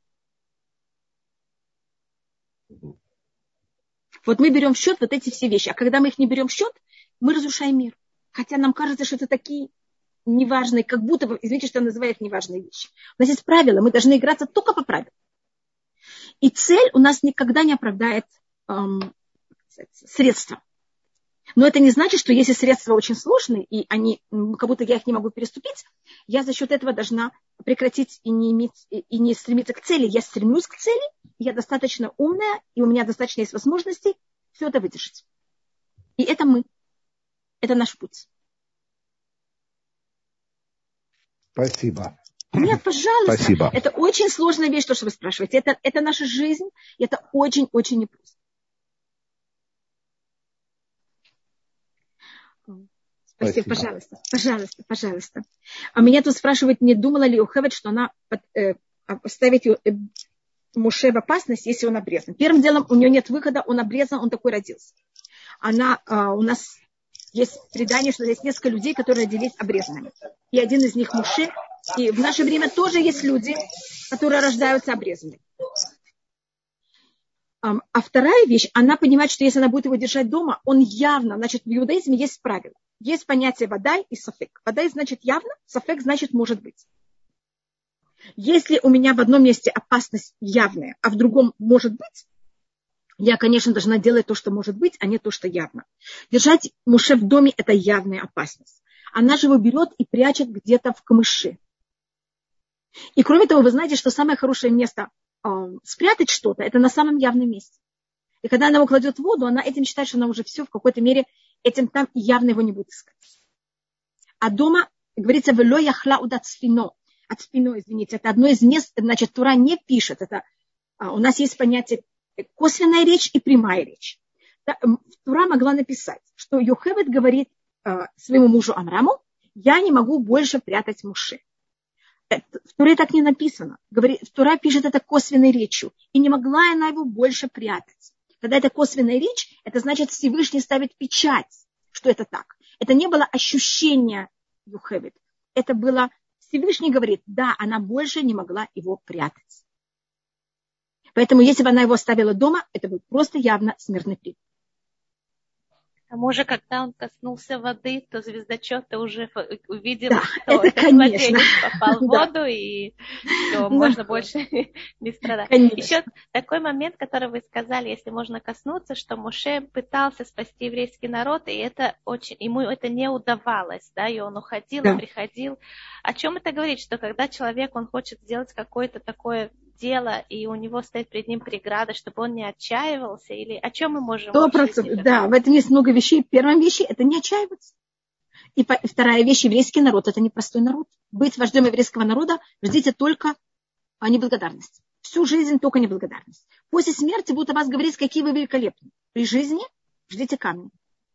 Угу. Вот мы берем в счет вот эти все вещи, а когда мы их не берем в счет, мы разрушаем мир. Хотя нам кажется, что это такие неважные, как будто бы, извините, что я называю их неважные вещи. У нас есть правила, мы должны играться только по правилам. И цель у нас никогда не оправдает эм, средства. Но это не значит, что если средства очень сложные, и они, как будто я их не могу переступить, я за счет этого должна прекратить и не, иметь, и не стремиться к цели. Я стремлюсь к цели, я достаточно умная, и у меня достаточно есть возможностей все это выдержать. И это мы. Это наш путь.
Спасибо.
Нет, пожалуйста.
Спасибо.
Это очень сложная вещь, то, что вы спрашиваете. Это, это наша жизнь, и это очень-очень непросто. Спасибо, Спасибо, пожалуйста, пожалуйста, пожалуйста. А меня тут спрашивают, не думала ли Йохевед, что она под, э, поставит э, Моше в опасность, если он обрезан. Первым делом, у нее нет выхода, он обрезан, он такой родился. Она, э, у нас есть предание, что есть несколько людей, которые родились обрезанными. И один из них Моше. И в наше время тоже есть люди, которые рождаются обрезанными. А вторая вещь, она понимает, что если она будет его держать дома, он явно, значит, в иудаизме есть правило. Есть понятие вадай и сафек. Вадай значит явно, сафек значит может быть. Если у меня в одном месте опасность явная, а в другом может быть, я, конечно, должна делать то, что может быть, а не то, что явно. Держать Моше в доме – это явная опасность. Она же его берет и прячет где-то в камыше. И кроме того, вы знаете, что самое хорошее место э, спрятать что-то – это на самом явном месте. И когда она его кладет в воду, она этим считает, что она уже все в какой-то мере этим там и явно его не будет искать. А дома говорится «вело яхла удат спино». От спино, извините, это одно из мест, значит, Тура не пишет. Это, а, у нас есть понятие косвенная речь и прямая речь. Тура могла написать, что Йохевед говорит а, своему мужу Амраму, я не могу больше прятать Моше. В Туре так не написано. Говорит, Тура пишет это косвенной речью. И не могла она его больше прятать. Когда это косвенная речь, это значит Всевышний ставит печать, что это так. Это не было ощущение Йохевед. Это было Всевышний говорит, да, она больше не могла его прятать. Поэтому если бы она его оставила дома, это был просто явно смертный приговор.
К тому же, когда он коснулся воды, то звездочет уже увидел,
да,
что
это,
этот младенец попал в воду, да. И все, можно больше не страдать. Конечно. Еще такой момент, который вы сказали, если можно коснуться, что Моше пытался спасти еврейский народ, и это очень, ему это не удавалось, да, и он уходил, да. И приходил. О чем это говорит? Что когда человек, он хочет сделать какое-то такое дело, и у него стоит перед ним преграда, чтобы он не отчаивался, или о чем мы можем...
Сто процентов, да, в этом есть много вещей. Первая вещь – это не отчаиваться. И вторая вещь – еврейский народ – это непростой народ. Быть вождем еврейского народа ждите только неблагодарность. Всю жизнь только неблагодарность. После смерти будут о вас говорить, какие вы великолепны. При жизни ждите камни.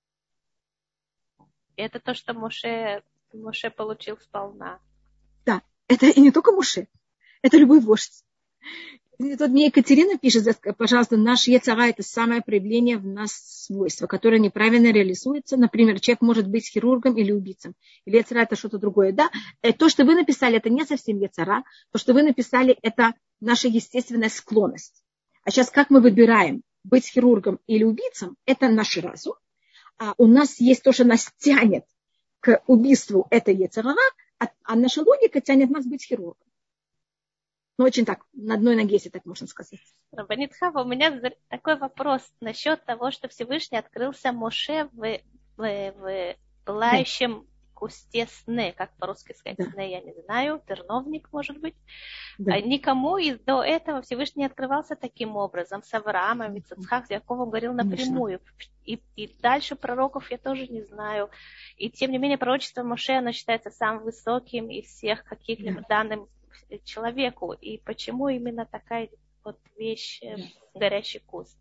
Это то, что Моше, Моше получил сполна.
Да, это и не только Моше, это любой вождь. Тут мне Екатерина пишет, пожалуйста, наш Ецара – это самое проявление в нас свойства, которое неправильно реализуется. Например, человек может быть хирургом или убийцем. Или Ецара – это что-то другое. Да, то, что вы написали, это не совсем Ецара. То, что вы написали, это наша естественная склонность. А сейчас как мы выбираем, быть хирургом или убийцем, это наш разум. А у нас есть то, что нас тянет к убийству, это Ецара, а, а наша логика тянет нас быть хирургом. Ну, очень так, на одной ноге, если так можно сказать.
Рабанит Хава, у меня такой вопрос насчет того, что Всевышний открылся Моше в, в, в пылающем да. кусте сне, как по-русски сказать, да. Сне, я не знаю, терновник, может быть. Да. Никому из до этого Всевышний не открывался таким образом, с Авраамом, Ицхаком, с Яковом говорил напрямую. И, и дальше пророков я тоже не знаю. И тем не менее, пророчество Моше, оно считается самым высоким из всех каких-либо да. данным человеку. И почему именно такая вот вещь, горящий куст?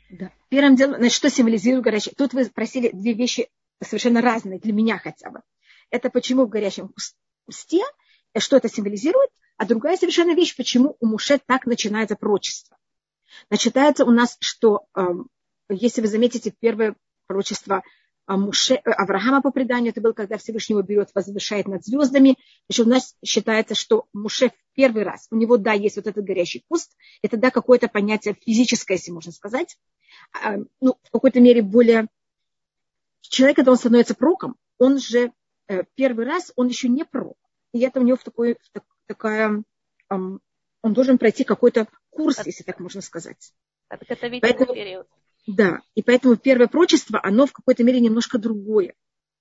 Да. Первым делом, значит, что символизирует горящий? Тут вы спросили две вещи совершенно разные, для меня хотя бы. Это почему в горящем кусте, что это символизирует, а другая совершенно вещь, почему у Моше так начинается пророчество. Начинается у нас, что, если вы заметите, первое пророчество Моше, Авраама по преданию, это было, когда Всевышний его берет, возвышает над звездами. Еще у нас считается, что Моше в первый раз, у него, да, есть вот этот горящий куст, это, да, какое-то понятие физическое, если можно сказать, ну, в какой-то мере более... Человек, когда он становится пророком, он же первый раз, он еще не пророк. И это у него в такой, в так, такая... Он должен пройти какой-то курс, Под... если так можно сказать.
Подготовительный
Поэтому,
период.
Да, и поэтому первое пророчество, оно в какой-то мере немножко другое.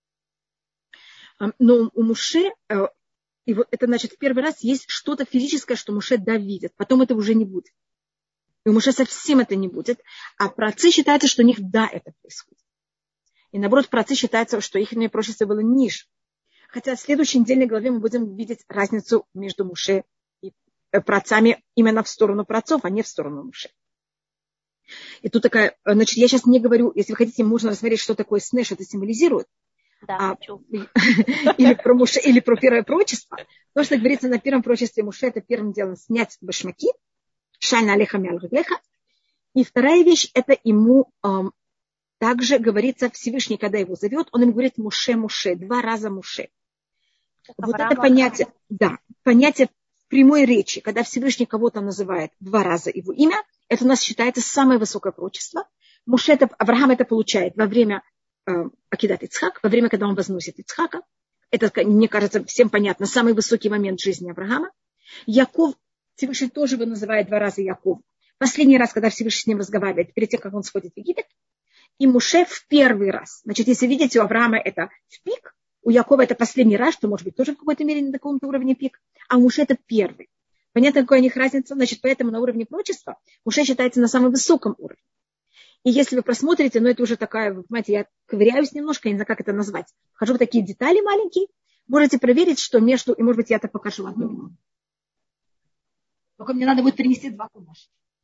Но у Моше, и вот это значит, в первый раз есть что-то физическое, что Моше да видит, потом это уже не будет. И у Моше совсем это не будет. А про отцы считается, что у них да, это происходит. И наоборот, про отцы считается, что их пророчество было ниже. Хотя в следующей недельной главе мы будем видеть разницу между Моше и праотцами именно в сторону праотцов, а не в сторону Моше. И тут такая, значит, я сейчас не говорю, если вы хотите, можно рассмотреть, что такое сне, что это символизирует.
Да,
а, или про Моше, или про первое пророчество. То, что говорится на первом пророчестве Моше, это первым делом снять башмаки, шальна алеха мял реглеха. И вторая вещь, это ему эм, также говорится Всевышний, когда его зовет, он ему говорит Моше, Моше, два раза Моше. Вот это понятие, да, понятие прямой речи, когда Всевышний кого-то называет два раза его имя, это у нас считается самое высокое пророчество. Моше, это, Авраам это получает во время э, Акидат Ицхак, во время, когда он возносит Ицхака. Это, мне кажется, всем понятно, самый высокий момент жизни Авраама. Яков, Всевышний тоже его называет два раза Яков. Последний раз, когда Всевышний с ним разговаривает, перед тем, как он сходит в Египет. И Моше в первый раз. Значит, если видите, у Авраама это в пик, у Якова это последний раз, что может быть тоже в какой-то мере на каком-то уровне пик, а у Моше это первый. Понятно, какая у них разница? Значит, поэтому на уровне пророчества Моше считается на самом высоком уровне. И если вы просмотрите, ну это уже такая, вы понимаете, я ковыряюсь немножко, я не знаю, как это назвать. Вхожу в такие детали маленькие, можете проверить, что между, и может быть я это покажу одну минуту. Только мне надо будет принести два кумаша.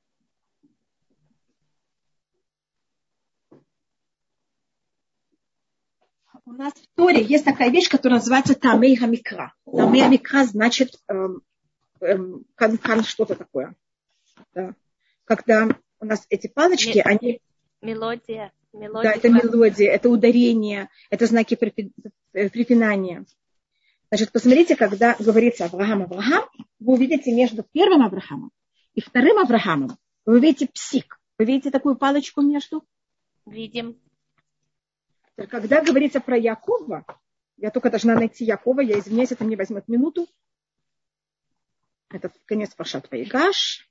У нас в Торе есть такая вещь, которая называется Тамей Хамикра. Тамей Хамикра значит эм, эм, кан, кан, что-то такое. Да. Когда у нас эти палочки, Мел... они...
Мелодия. Мелодия.
Да, это мелодия, это ударение, это знаки препинания. Значит, посмотрите, когда говорится Авраам, Авраам, вы увидите между первым Авраамом и вторым Авраамом, вы увидите псик. Вы видите такую палочку между?
Видим.
Когда говорится про Якова, я только должна найти Якова, я извиняюсь, это мне возьмет минуту. Это конец Паршат Ваигаш.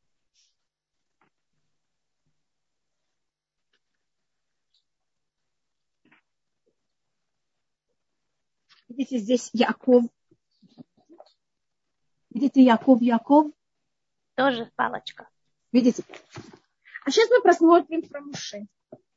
Видите, здесь Яков. Видите, Яков, Яков.
Тоже палочка.
Видите? А сейчас мы просмотрим про Моше.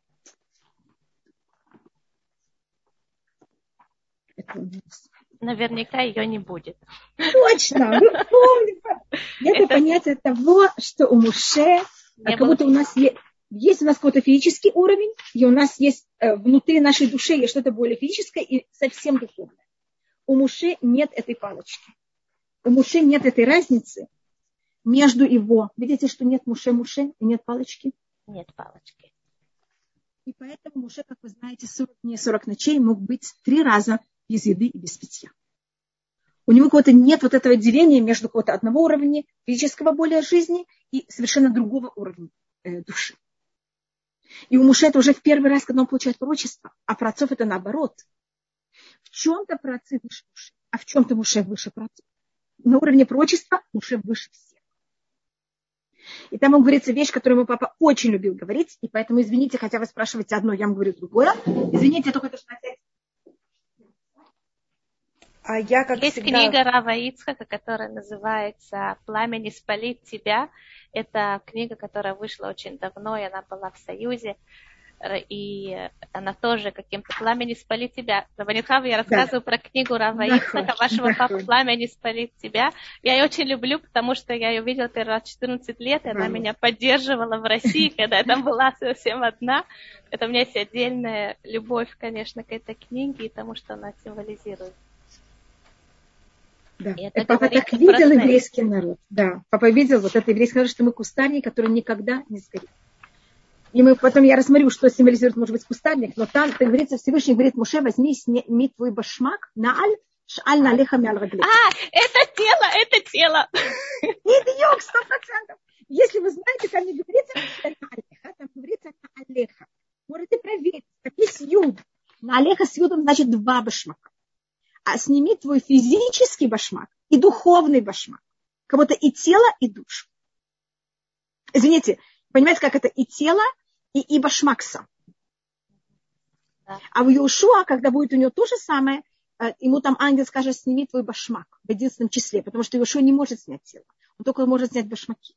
Наверняка ее не будет.
Точно, вы помните. Это, это понятие того, что у Моше, как будто у нас есть, есть у нас какой-то физический уровень, и у нас есть э, внутри нашей души есть что-то более физическое и совсем духовное. У Моше нет этой палочки. У Моше нет этой разницы между его. Видите, что нет Моше-Моше и нет палочки?
Нет палочки.
И поэтому Моше, как вы знаете, сорок дней, сорок ночей мог быть три раза без еды и без питья. У него какого-то нет вот этого деления между какого-то одного уровня физического более жизни и совершенно другого уровня э, души. И у Моше это уже в первый раз, когда он получает пророчество, а про отцов это наоборот. В чем-то про отцы выше Моше, а в чем-то Моше выше про отцов. На уровне пророчества Моше выше всех. И там говорится вещь, которую мой папа очень любил говорить, и поэтому, извините, хотя вы спрашиваете одно, я вам говорю другое. Извините, я только это опять.
А я, как
Есть
всегда...
книга Рава Ицхака, которая называется «Пламя не спалит тебя». Это книга, которая вышла очень давно, и она была в Союзе. и она тоже каким-то пламя не спалит тебя. Рабанитхава, я рассказываю да. про книгу Рава Ицхака, вашего папы пламя не спалит тебя. Я ее очень люблю, потому что я ее видела первый раз в четырнадцать лет, и она меня поддерживала в России, когда я там была совсем одна. Это у меня есть отдельная любовь, конечно, к этой книге и тому, что она символизирует.
Да. Это папа так видел еврейский народ. Да, папа видел вот это еврейский народ, что мы кустарник, который никогда не сгорит. И мы потом, я рассмотрю, что символизирует, может быть, кустарник, но там, как говорится, Всевышний говорит Моше, возьми, сними твой башмак, нааль, шаль на алеха мял раглей.
А, это тело, это тело.
Идиот, сто процентов. Если вы знаете, там не говорится на алеха, там говорится на алеха. Можете проверить, есть юд. На алеха с юдом значит два башмака. А сними твой физический башмак и духовный башмак. Как будто и тело, и душу. Извините, понимаете, как это и тело, и, и башмак сам. Да. А в Йошуа, когда будет у него то же самое, ему там ангел скажет, сними твой башмак в единственном числе, потому что Йошуа не может снять тело. Он только может снять башмаки.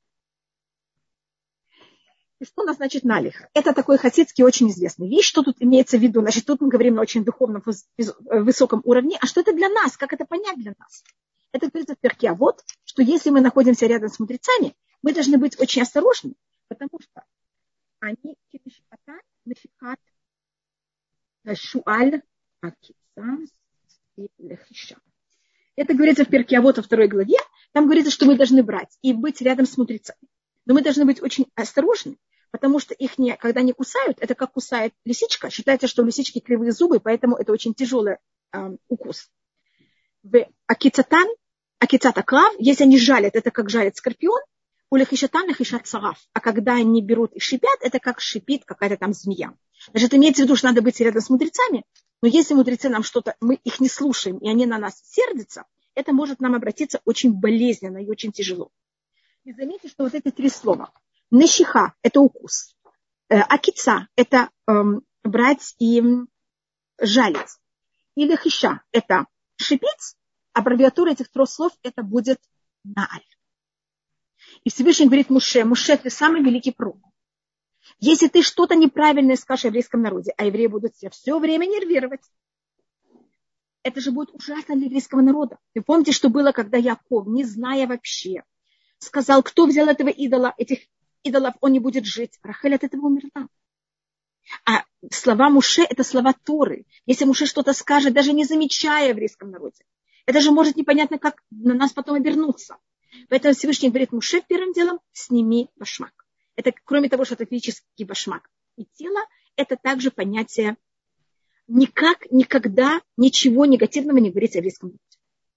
И что у нас значит налиха? Это такой хасидский очень известный вещь. Что тут имеется в виду? Значит, тут мы говорим на очень духовном, высоком уровне. А что это для нас? Как это понять для нас? Это говорится в перке. А вот, что если мы находимся рядом с мудрецами, мы должны быть очень осторожны, потому что они нафикат шуаль акица и лехиша. Это говорится в перке. А вот во второй главе. Там говорится, что мы должны брать и быть рядом с мудрецами. Но мы должны быть очень осторожны, потому что их не, когда они кусают, это как кусает лисичка. Считается, что у лисички кривые зубы, поэтому это очень тяжелый э, укус. В акицатан, акицатаклав, если они жалят, это как жалит скорпион. У лехишатан лехишат сараф. А когда они берут и шипят, это как шипит какая-то там змея. Значит, имеется в виду, что надо быть рядом с мудрецами, но если мудрецы нам что-то, мы их не слушаем, и они на нас сердятся, это может нам обратиться очень болезненно и очень тяжело. И заметьте, что вот эти три слова. Нешиха – это укус. Акица – это эм, брать и жалить. И лехиша – это шипеть. Аббревиатура этих трех слов – это будет нааль. И Всевышний говорит Моше, Моше, ты самый великий пророк. Если ты что-то неправильное скажешь о еврейском народе, а евреи будут тебя все время нервировать, это же будет ужасно для еврейского народа. Вы помните, что было, когда Яков, не зная вообще, сказал, кто взял этого идола, этих идолов, он не будет жить. Рахель от этого умерла. А слова Моше – это слова Торы. Если Моше что-то скажет, даже не замечая в еврейском народе, это же может непонятно, как на нас потом обернуться. Поэтому Всевышний говорит Моше первым делом, сними башмак. Это, кроме того, что это физический башмак и тело, это также понятие никак, никогда ничего негативного не говорится о еврейском народе.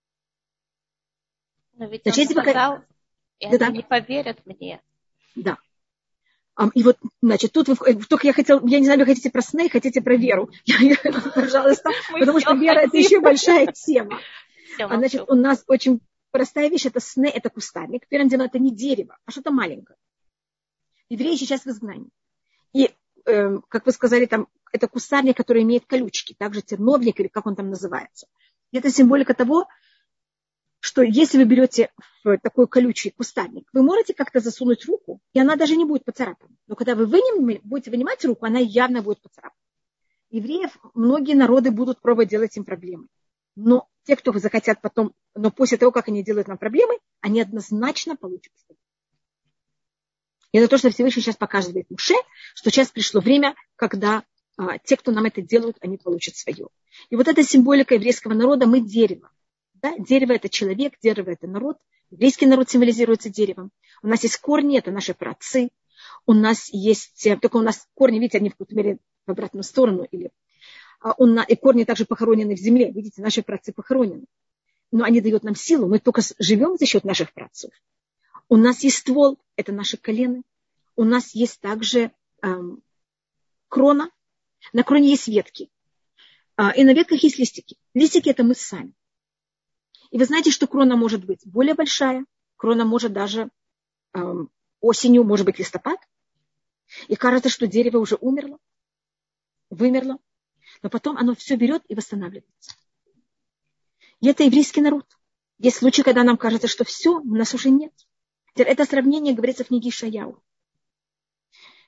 Но ведь Значит, он сказал, пока... и они да, не поверят мне.
Да. И вот, значит, тут вы, только я хотела, я не знаю, вы хотите про сны, хотите про веру. Пожалуйста, потому что вера – это еще большая тема. Значит, у нас очень простая вещь – это сны, это кустарник. Первым делом, это не дерево, а что-то маленькое. Евреи сейчас в изгнании. И, э, как вы сказали, там, это кустарник, который имеет колючки, также терновник, или как он там называется. И это символика того, что если вы берете в такой колючий кустарник, вы можете как-то засунуть руку, и она даже не будет поцарапана. Но когда вы вынем, будете вынимать руку, она явно будет поцарапана. Евреев многие народы будут пробовать делать им проблемы. Но те, кто захотят потом, но после того, как они делают нам проблемы, они однозначно получат. И это то, что Всевышний сейчас показывает Моше, что сейчас пришло время, когда а, те, кто нам это делают, они получат свое. И вот эта символика еврейского народа, мы дерево. Да? Дерево – это человек, дерево – это народ. Еврейский народ символизируется деревом. У нас есть корни, это наши праотцы. У нас есть, только у нас корни, видите, они в какой-то мере в обратную сторону. Или, а, он, и корни также похоронены в земле. Видите, наши праотцы похоронены. Но они дают нам силу. Мы только живем за счет наших праотцов. У нас есть ствол, это наши колены. У нас есть также эм, крона. На кроне есть ветки. А, и на ветках есть листики. Листики – это мы сами. И вы знаете, что крона может быть более большая. Крона может даже эм, осенью, может быть, листопад. И кажется, что дерево уже умерло, вымерло. Но потом оно все берет и восстанавливается. И это еврейский народ. Есть случаи, когда нам кажется, что все, у нас уже нет. Это сравнение говорится в книге Ишаяу.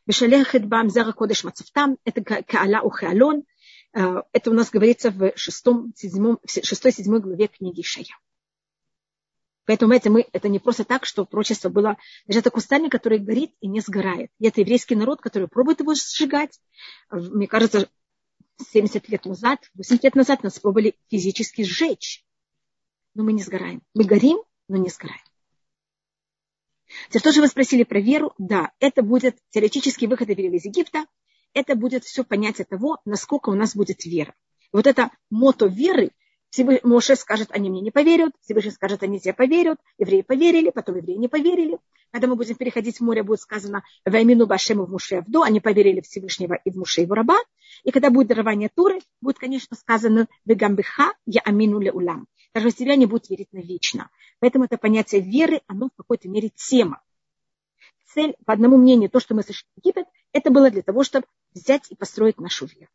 Вешалехет бам зара кодеш мацафтам. Это каала у хеалон. Это у нас говорится в шестом, седьмом, шестой, седьмой главе книги Ишайя. Поэтому это, мы, это не просто так, что пророчество было... Даже это кустарник, который горит и не сгорает. И это еврейский народ, который пробует его сжигать. Мне кажется, семьдесят лет назад, восемьдесят лет назад нас пробовали физически сжечь. Но мы не сгораем. Мы горим, но не сгораем. Теперь тоже вы спросили про веру. Да, это будет теоретический выход из Египта. Это будет все понятие того, насколько у нас будет вера. И вот это мото веры, Моше скажет, они мне не поверят, Всевышний скажет, они тебе поверят, евреи поверили, потом евреи не поверили. Когда мы будем переходить в море, будет сказано, «Ваймину башему в Муше Авду», они поверили Всевышнего и в Муше его раба. И когда будет дарование Торы, будет, конечно, сказано, «Вегамбиха я амину леулам». Даже в тебя не будут верить навечно. Поэтому это понятие веры, оно в какой-то мере тема. Цель, по одному мнению, то, что мы сошли в Египет, это было для того, чтобы взять и построить нашу веру.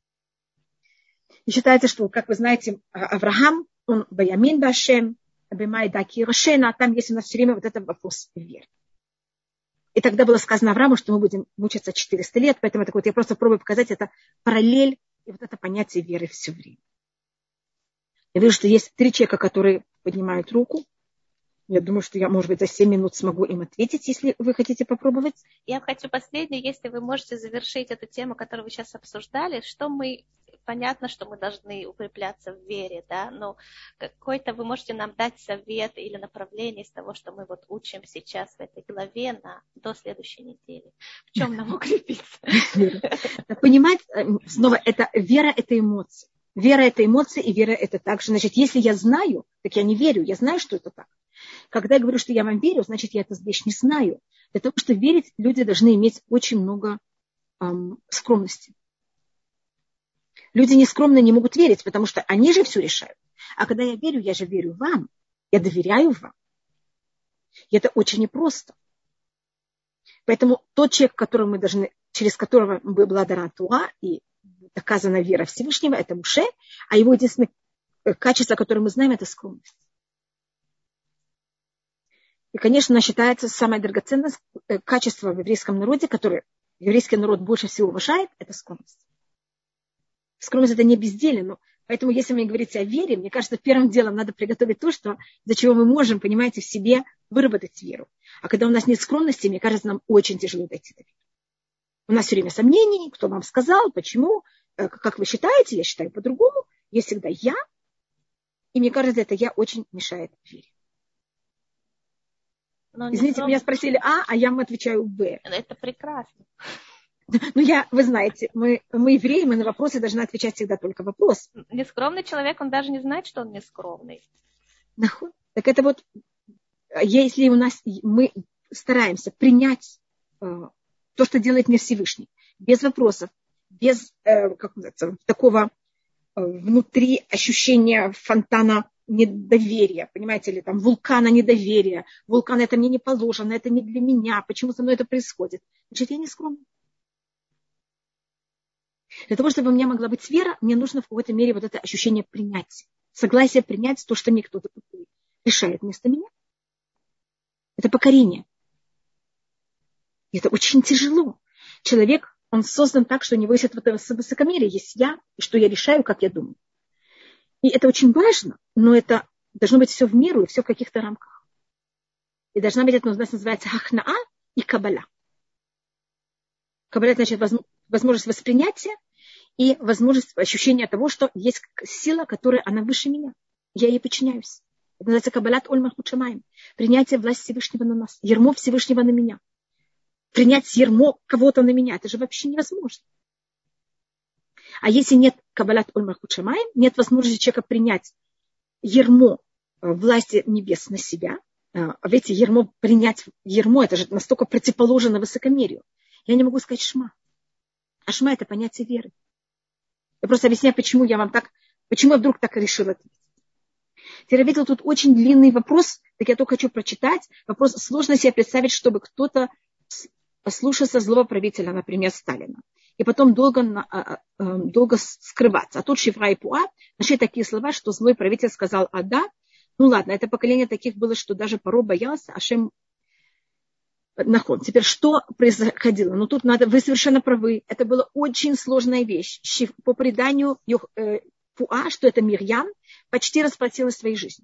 И считается, что, как вы знаете, Авраам, он Баямин Башем, Абимай Даки Рошена, там есть у нас все время вот этот вопрос веры. И тогда было сказано Аврааму, что мы будем мучиться четыреста лет, поэтому это вот я просто пробую показать это параллель и вот это понятие веры все время. Я вижу, что есть три человека, которые поднимают руку. Я думаю, что я, может быть, за семь минут смогу им ответить, если вы хотите попробовать.
Я хочу последнее, если вы можете завершить эту тему, которую вы сейчас обсуждали, что мы, понятно, что мы должны укрепляться в вере, да, но какой-то вы можете нам дать совет или направление из того, что мы вот учим сейчас в этой главе на, до следующей недели. В чем нам укрепиться?
Понимать, снова, это вера, это эмоции. Вера – это эмоции, и вера – это так же. Значит, если я знаю, так я не верю, я знаю, что это так. Когда я говорю, что я вам верю, значит, я эту вещь не знаю. Для того, чтобы верить, люди должны иметь очень много эм, скромности. Люди нескромные не могут верить, потому что они же все решают. А когда я верю, я же верю вам. Я доверяю вам. И это очень непросто. Поэтому тот человек, которого мы должны, через которого была дана Туа и доказана вера Всевышнего, это Муше, а его единственное качество, которое мы знаем, это скромность. И, конечно, считается самое драгоценное качество в еврейском народе, которое еврейский народ больше всего уважает, это скромность. Скромность – это не безделие, но поэтому, если вы говорите о вере, мне кажется, первым делом надо приготовить то, что, за чего мы можем, понимаете, в себе выработать веру. А когда у нас нет скромности, мне кажется, нам очень тяжело дойти до веры. У нас все время сомнений, кто вам сказал, почему, как вы считаете, я считаю по-другому. Есть всегда я, и мне кажется, это я очень мешает вере. Но Извините, меня спросили А, а я вам отвечаю Б.
Это прекрасно.
Ну, я, вы знаете, мы, мы евреи, мы на вопросы должны отвечать всегда только вопрос.
Нескромный человек, он даже не знает, что он нескромный.
Так это вот, если у нас, мы стараемся принять э, то, что делает мир Всевышний, без вопросов, без э, как называется, такого э, внутри ощущения фонтана недоверия, понимаете, или там вулкана недоверия. Вулкан, это мне не положено, это не для меня, почему со мной это происходит? Значит, я не скромна. Для того, чтобы у меня могла быть вера, мне нужно в какой-то мере вот это ощущение принятия. Согласие принять то, что мне кто-то решает вместо меня. Это покорение. И это очень тяжело. Человек, он создан так, что у него есть это высокомерие, есть я, и что я решаю, как я думаю. И это очень важно, но это должно быть все в меру и все в каких-то рамках. И должна быть, это у нас называется хахнаа и кабаля. Кабаля значит возможность воспринятия и возможность ощущения того, что есть сила, которая она выше меня. Я ей подчиняюсь. Это называется кабалят оль малхут шамаим. Принятие власти Всевышнего на нас. Ярмо Всевышнего на меня. Принять ярмо кого-то на меня. Это же вообще невозможно. А если нет кабалят оль малхут шамаим, нет возможности человека принять ярмо власти небес на себя. А ведь ярмо принять ярмо, это же настолько противоположно высокомерию. Я не могу сказать шма. А шма – это понятие веры. Я просто объясняю, почему я вам так, почему я вдруг так решила ответить. Я видела тут очень длинный вопрос, так я только хочу прочитать. Вопрос, сложно себе представить, чтобы кто-то послушался злого правителя, например, Сталина. И потом долго, долго скрываться. А тут Шифра и Пуа нашли такие слова, что злой правитель сказал, а да, ну ладно, это поколение таких было, что даже Паро боялся, Ашем Нахон. Теперь, что происходило? Ну, тут надо, вы совершенно правы. Это была очень сложная вещь. По преданию э, Пуа, что это Мирьям, почти расплатилась своей жизнью.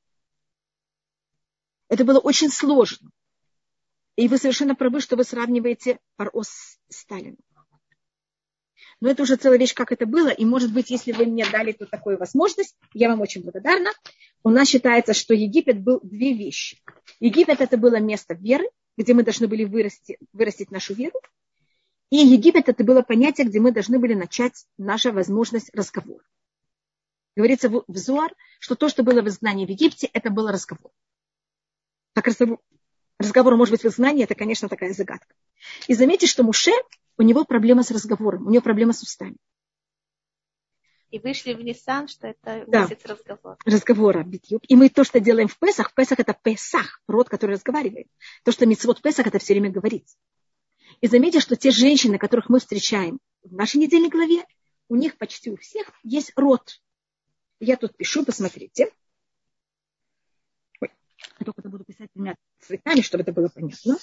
Это было очень сложно. И вы совершенно правы, что вы сравниваете Паро с Сталином. Но это уже целая вещь, как это было. И, может быть, если вы мне дали тут такую возможность, я вам очень благодарна. У нас считается, что Египет был две вещи. Египет – это было место веры, где мы должны были вырасти, вырастить нашу веру. И Египет – это было понятие, где мы должны были начать нашу возможность разговора. Говорится в Зоар, что то, что было в изгнании в Египте, это был разговор. Как разговор, разговор может быть в изгнании, это, конечно, такая загадка. И заметьте, что Муше, у него проблема с разговором, у него проблема с устами.
И вышли в Нисан, что это
да.
месяц разговора.
Разговора. И мы то, что делаем в Песах, в Песах это Песах, род, который разговаривает. То, что мицвот Песах, это все время говорить. И заметьте, что те женщины, которых мы встречаем в нашей недельной главе, у них почти у всех есть род. Я тут пишу, посмотрите. Ой, я только буду писать двумя цветами, чтобы это было понятно.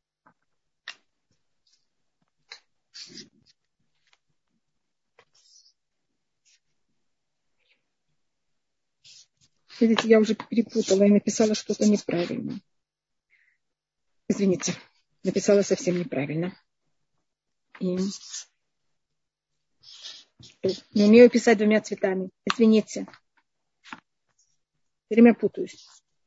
Видите, я уже перепутала и написала что-то неправильно. Извините, написала совсем неправильно. И... Не умею писать двумя цветами. Извините. Все время путаюсь.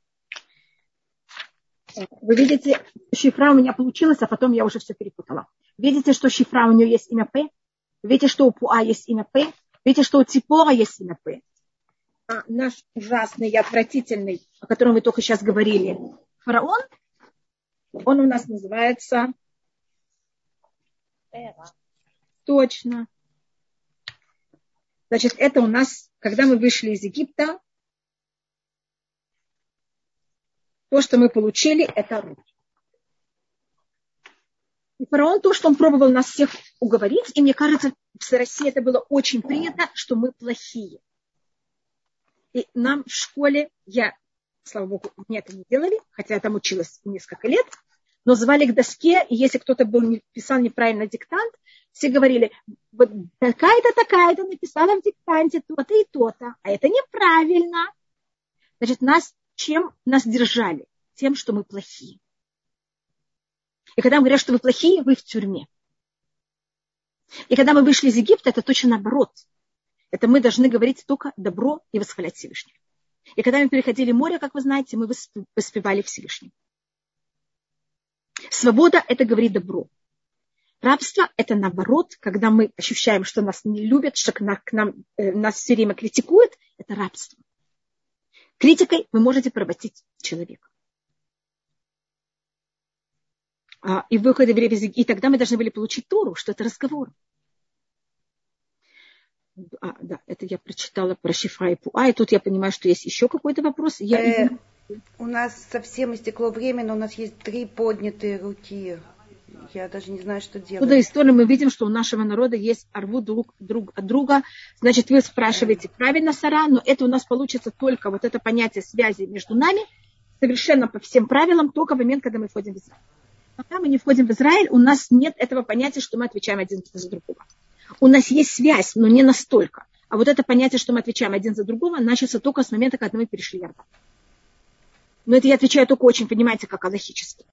Вы видите, шифра у меня получилась, а потом я уже все перепутала. Видите, что шифра у нее есть имя П? Видите, что у Пуа есть имя П? Видите, что у Ципора есть имя П? А наш ужасный и отвратительный, о котором вы только сейчас говорили, фараон, он у нас называется...
Эра.
Точно. Значит, это у нас, когда мы вышли из Египта, то, что мы получили, это род. И фараон, то, что он пробовал нас всех уговорить, и мне кажется, в России это было очень принято, что мы плохие. И нам в школе, я, слава богу, мне это не делали, хотя я там училась несколько лет, но звали к доске, и если кто-то был, писал неправильно диктант, все говорили, вот такая-то, такая-то написала в диктанте то-то и то-то, а это неправильно. Значит, нас, чем нас держали? Тем, что мы плохие. И когда говорят, что вы плохие, вы в тюрьме. И когда мы вышли из Египта, это точно наоборот. Это мы должны говорить только добро и восхвалять Всевышнего. И когда мы переходили море, как вы знаете, мы воспевали Всевышнего. Свобода – это говорить добро. Рабство – это наоборот, когда мы ощущаем, что нас не любят, что к нам, к нам, э, нас все время критикуют, это рабство. Критикой вы можете поработить человека. А, и выходы в ревизии, и тогда мы должны были получить Тору, что это разговор. А, да, это я прочитала про Шифра и Пуа, и тут я понимаю, что есть еще какой-то вопрос. Я...
Э, у нас совсем истекло время, но у нас есть три поднятые руки. Я даже не знаю, что делать.
Туда истории мы видим, что у нашего народа есть арву друг, друг от друга. Значит, вы спрашиваете правильно, Сара, но это у нас получится только вот это понятие связи между нами, совершенно по всем правилам, только в момент, когда мы входим в Израиль. Пока мы не входим в Израиль, у нас нет этого понятия, что мы отвечаем один за другого. У нас есть связь, но не настолько. А вот это понятие, что мы отвечаем один за другого, начнется только с момента, когда мы перешли Иордан. Но это я отвечаю только очень, понимаете, как аллахически.